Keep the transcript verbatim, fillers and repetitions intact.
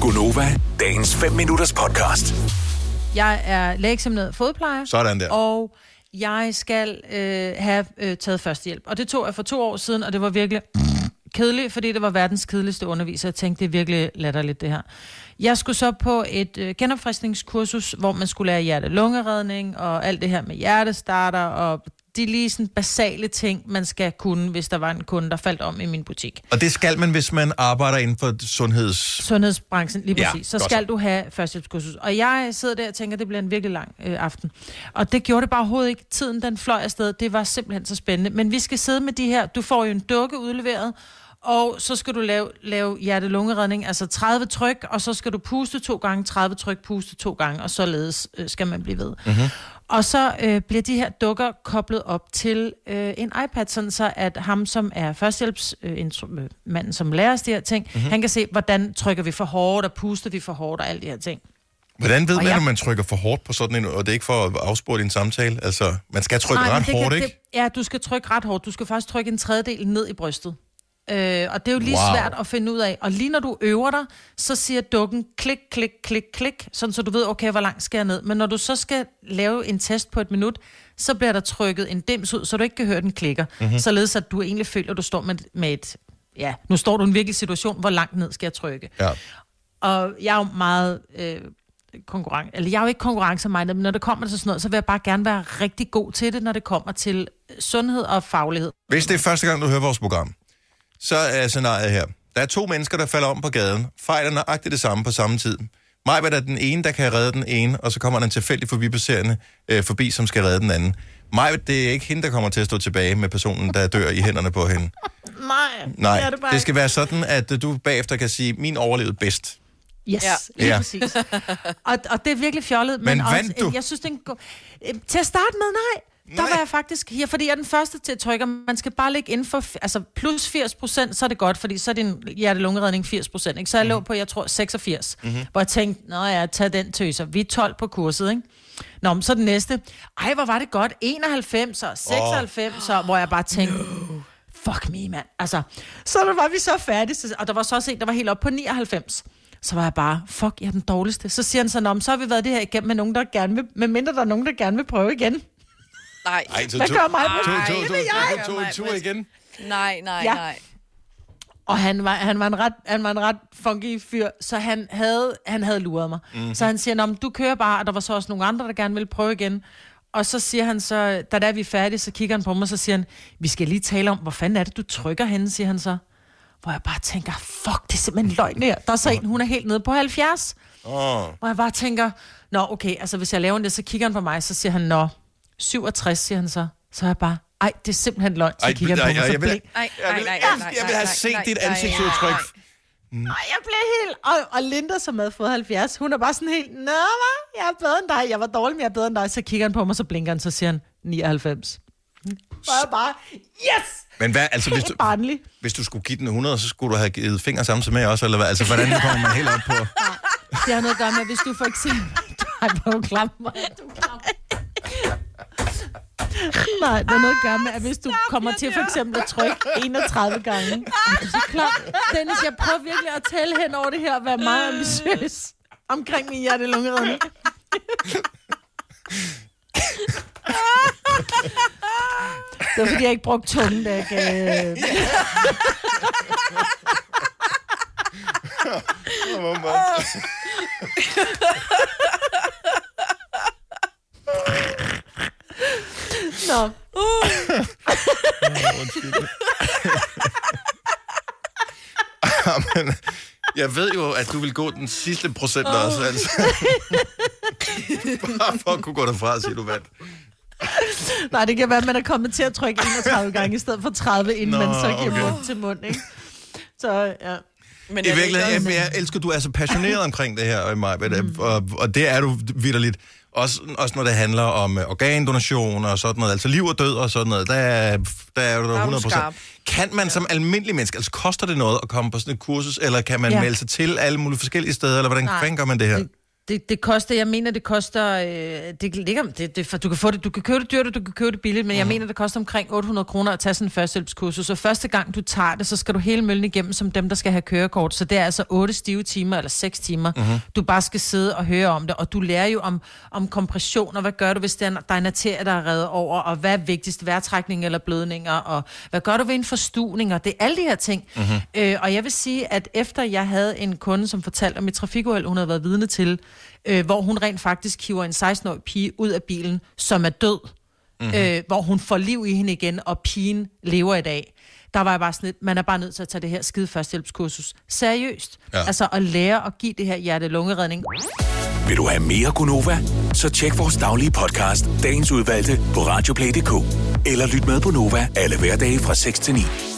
Gunova, dagens fem minutters podcast. Jeg er lægeeksamineret fodplejer. Sådan der. Og jeg skal øh, have øh, taget førstehjælp. Og det tog jeg for to år siden, og det var virkelig kedeligt, fordi det var verdens kedeligste underviser. Jeg tænkte, det er virkelig latterligt, det her. Jeg skulle så på et øh, genopfriskningskursus, hvor man skulle lære hjerte-lungeredning og alt det her med hjertestarter og de lige sådan basale ting, man skal kunne, hvis der var en kunde, der faldt om i min butik. Og det skal man, hvis man arbejder inden for sundheds... Sundhedsbranchen, lige præcis. Ja, så skal du have førstehjælpskursus. Og jeg sidder der og tænker, at det bliver en virkelig lang øh, aften. Og det gjorde det bare overhovedet ikke. Tiden, den fløj afsted. Det var simpelthen så spændende. Men vi skal sidde med de her... Du får jo en dukke udleveret, og så skal du lave, lave hjerte-lungeredning, altså tredive tryk, og så skal du puste to gange, tredive tryk, puste to gange, og således øh, skal man blive ved. Mm-hmm. Og så øh, bliver de her dukker koblet op til øh, en iPad, sådan så at ham, som er førstehjælpsmanden, øh, manden, som lærer os de her ting, mm-hmm. han kan se, hvordan trykker vi for hårdt, og puster vi for hårdt, og alle de her ting. Hvordan ved og man, jeg... om man trykker for hårdt på sådan en, og det er ikke for at afspore din samtale? Altså, man skal trykke Nej, ret det hårdt, kan, ikke? Det, ja, du skal trykke ret hårdt. Du skal faktisk trykke en tredjedel ned i brystet. Øh, og det er jo lige wow. svært at finde ud af. Og lige når du øver dig, så siger dukken klik, klik, klik, klik, sådan så du ved, okay, hvor langt skal jeg ned. Men når du så skal lave en test på et minut, så bliver der trykket en dims ud, så du ikke kan høre, den klikker. Mm-hmm. Således at du egentlig føler, at du står med, med et... Ja, nu står du i en virkelig situation, hvor langt ned skal jeg trykke. Ja. Og jeg er jo meget... Øh, konkurrence, eller jeg er jo ikke konkurrencemindet, men når det kommer til sådan noget, så vil jeg bare gerne være rigtig god til det, når det kommer til sundhed og faglighed. Hvis det er første gang, du hører vores program, så er scenariet her. Der er to mennesker, der falder om på gaden. Fejler nøjagtigt det samme på samme tid. Majbert er den ene, der kan redde den ene, og så kommer der en tilfældig forbipasserende øh, forbi, som skal redde den anden. Majbert, det er ikke hende, der kommer til at stå tilbage med personen, der dør i hænderne på hende. Nej, Nej, det, det det skal være sådan, at du bagefter kan sige, min overlevede bedst. Yes, Ja. lige Ja. præcis. Og, og det er virkelig fjollet. Men, Men også, vandt du? Jeg synes, det er en go- øh, Til at starte med, nej. Der Nej. var jeg faktisk her, fordi jeg er den første til at trykke. Man skal bare ligge inden for, altså plus firs procent, så er det godt, fordi så er din hjerte-lungeredning firs procent. Ikke? Så jeg mm. lå på, jeg tror, seksogfirs. Mm-hmm. Hvor jeg tænkte, nå ja, tag den tøser. Vi er tolv på kurset, ikke? Nå, men så den næste. Ej, hvor var det godt. enoghalvfems og seksoghalvfems, oh. hvor jeg bare tænkte, no. fuck me, mand. Altså, så der var vi så færdige, og der var så også en, der var helt op på nioghalvfems. Så var jeg bare, fuck, jeg er den dårligste. Så siger han sådan, om så har vi været det her igennem med nogen, der gerne vil, med mindre der er nogen, der gerne vil prøve igen. Nej. Ej, så Hvad to, gør mig? to, Nej, to, det to, vil jeg. to, to, en tur igen. Nej, nej, Ja. nej. Og han var, han var en ret, han var en ret funky fyr, så han havde, han havde luret mig. Mm-hmm. Så han siger, nå, men du kører bare, og der var så også nogle andre, der gerne ville prøve igen. Og så siger han så, da der er vi færdige, så kigger han på mig, og så siger han, vi skal lige tale om, hvor fanden er det, du trykker henne, siger han så. Hvor jeg bare tænker, fuck, det er simpelthen løgn her. Der er så en, hun er helt nede på halvfjerds. Oh. Hvor jeg bare tænker, nå okay, altså hvis jeg laver det, så kigger han på mig, så siger han, nå, syvogtres, siger han så. Så er jeg bare, ej, det er simpelthen løgn. Så Ej, kigger han på ej, mig, så jeg vil- blink. Nej, Jeg nej, vil, nej, jeg, nej, jeg vil have nej, set nej, dit nej, ansigtsudtryk. Ej, jeg blev helt... Og, og Linda, som havde fået halvfjerds, hun er bare sådan helt, nå, hva? Jeg er bedre end dig. Jeg var dårlig, men jeg er bedre end dig. Så kigger han på mig, så blinker han, så siger han nioghalvfems. Så er jeg bare, yes! Men hvad, altså, hvis du, Helt barnlig. hvis du skulle give den hundrede, så skulle du have givet fingre samtidig med også, eller hvad? Altså, hvordan kommer man helt op på? Det har noget at gøre med, hvis du for eksempel... Nej, hvor er du klam. Hvor er du klam. Nej, det har noget at gøre med, at hvis du kommer til for eksempel at trykke enogtredive gange. Er du så klam? Dennis, jeg prøver virkelig at tælle hen over det her, og være meget ambitiøs omkring min hjerte-lungeredning. Det var fordi, jeg ikke brugte tungen, da jeg gav... Nå. Undskyld. Men, jeg ved jo, at du vil gå den sidste procent oh. også, altså. Bare for at kunne gå derfra og sige, du vandt. Nej, det kan være, at man er kommet til at trykke enogtredive gange i stedet for tredive, inden Nå, man så giver okay. mund til mund, ikke? Så, ja. Men I er det virkeligheden, ikke jeg, jeg elsker, du er så passioneret omkring det her, Maja, mm. og, og det er du vitterligt. Også, også når det handler om uh, organdonation og sådan noget, altså liv og død og sådan noget, der er, der er du hundrede procent. Kan man som almindelig menneske, altså koster det noget at komme på sådan et kursus, eller kan man Ja. melde sig til alle mulige forskellige steder, eller hvordan Nej. hvordan gør man det her? Det, det, det koster, jeg mener, det koster, øh, det ligger, det, det, for du kan få det, du kan købe det dyrt, og du kan købe det billigt, men mm. jeg mener, det koster omkring otte hundrede kroner at tage sådan en førstehjælpskursus, så første gang du tager det, så skal du hele møllen igennem som dem, der skal have kørekort, så det er altså otte stive timer, eller seks timer, mm-hmm. du bare skal sidde og høre om det, og du lærer jo om, om kompression, og hvad gør du, hvis der er en arterie, der er reddet over, og hvad er vigtigst, vejrtrækning eller blødninger, og hvad gør du ved en forstuning, og det er alle de her ting. Mm-hmm. Øh, og jeg vil sige, at efter jeg havde en kunde, som fortalte om et trafikuheld, hun havde været vidne til, øh, hvor hun rent faktisk hiver en seksten-årig pige ud af bilen, som er død, mm-hmm. øh, hvor hun får liv i hende igen, og pigen lever i dag. Der var jeg bare sådan lidt, man er bare nødt til at tage det her skide førstehjælpskursus seriøst. Ja. Altså at lære at give det her hjerte-lungeredning. Vil du have mere Gunova? Så tjek vores daglige podcast, dagens udvalgte, på radioplay punktum d k. Eller lyt med på Nova alle hverdage fra seks til ni.